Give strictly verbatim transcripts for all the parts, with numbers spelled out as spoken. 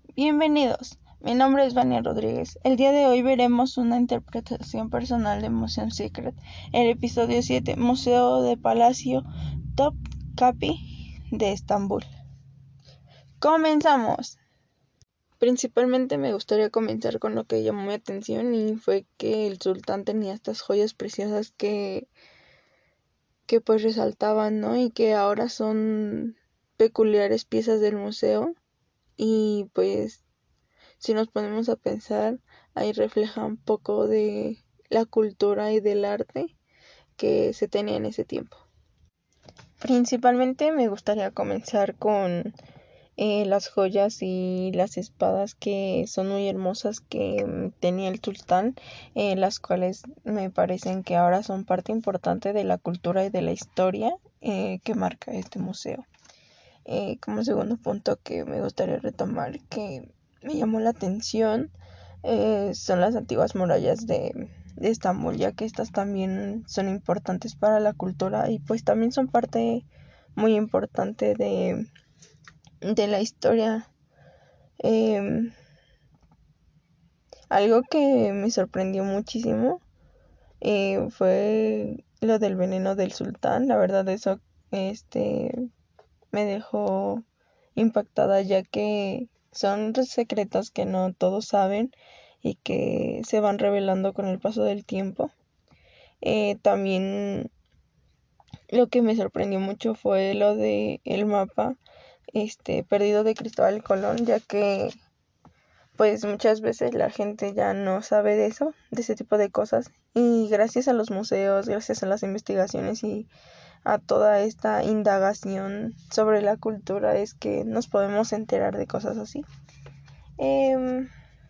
Bienvenidos, mi nombre es Vania Rodríguez. El día de hoy veremos una interpretación personal de Museum Secret, el episodio siete, Museo de Palacio Topkapi de Estambul. ¡Comenzamos! Principalmente me gustaría comenzar con lo que llamó mi atención y fue que el sultán tenía estas joyas preciosas que, que pues resaltaban, ¿no? Y que ahora son peculiares piezas del museo y pues si nos ponemos a pensar, ahí refleja un poco de la cultura y del arte que se tenía en ese tiempo. Principalmente me gustaría comenzar con eh, las joyas y las espadas que son muy hermosas que mm, tenía el sultán, eh, las cuales me parecen que ahora son parte importante de la cultura y de la historia eh, que marca este museo. Eh, como segundo punto que me gustaría retomar, que me llamó la atención, eh, son las antiguas murallas de, de Estambul, ya que estas también son importantes para la cultura y pues también son parte muy importante de, de la historia. Eh, algo que me sorprendió muchísimo eh, fue lo del veneno del sultán. La verdad eso este me dejó impactada, ya que son secretos que no todos saben y que se van revelando con el paso del tiempo. Eh, también lo que me sorprendió mucho fue lo de el mapa este perdido de Cristóbal Colón, ya que pues muchas veces la gente ya no sabe de eso, de ese tipo de cosas, y gracias a los museos, gracias a las investigaciones y a toda esta indagación sobre la cultura es que nos podemos enterar de cosas así. Eh,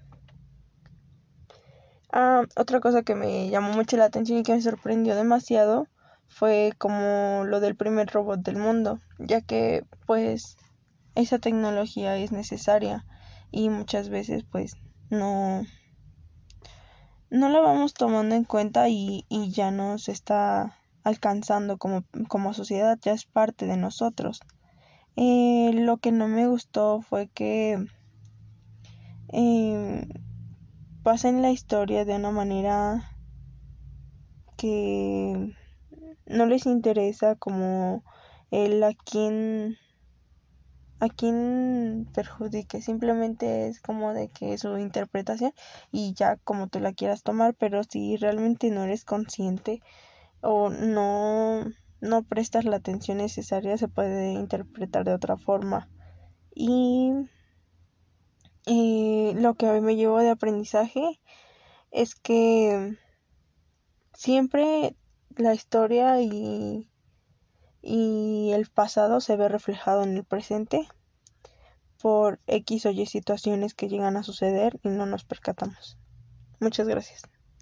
ah, otra cosa que me llamó mucho la atención y que me sorprendió demasiado fue como lo del primer robot del mundo, ya que pues esa tecnología es necesaria y muchas veces pues no no la vamos tomando en cuenta y, y ya nos está alcanzando como, como sociedad, ya es parte de nosotros. Eh, lo que no me gustó fue que eh, pasa en la historia de una manera que no les interesa como el a quién a quién perjudique, simplemente es como de que su interpretación y ya como tú la quieras tomar, pero si realmente no eres consciente o no no prestas la atención necesaria se puede interpretar de otra forma. Y eh, lo que a mí me llevó de aprendizaje es que siempre la historia y, y el pasado se ve reflejado en el presente por X o Y situaciones que llegan a suceder y no nos percatamos. Muchas gracias.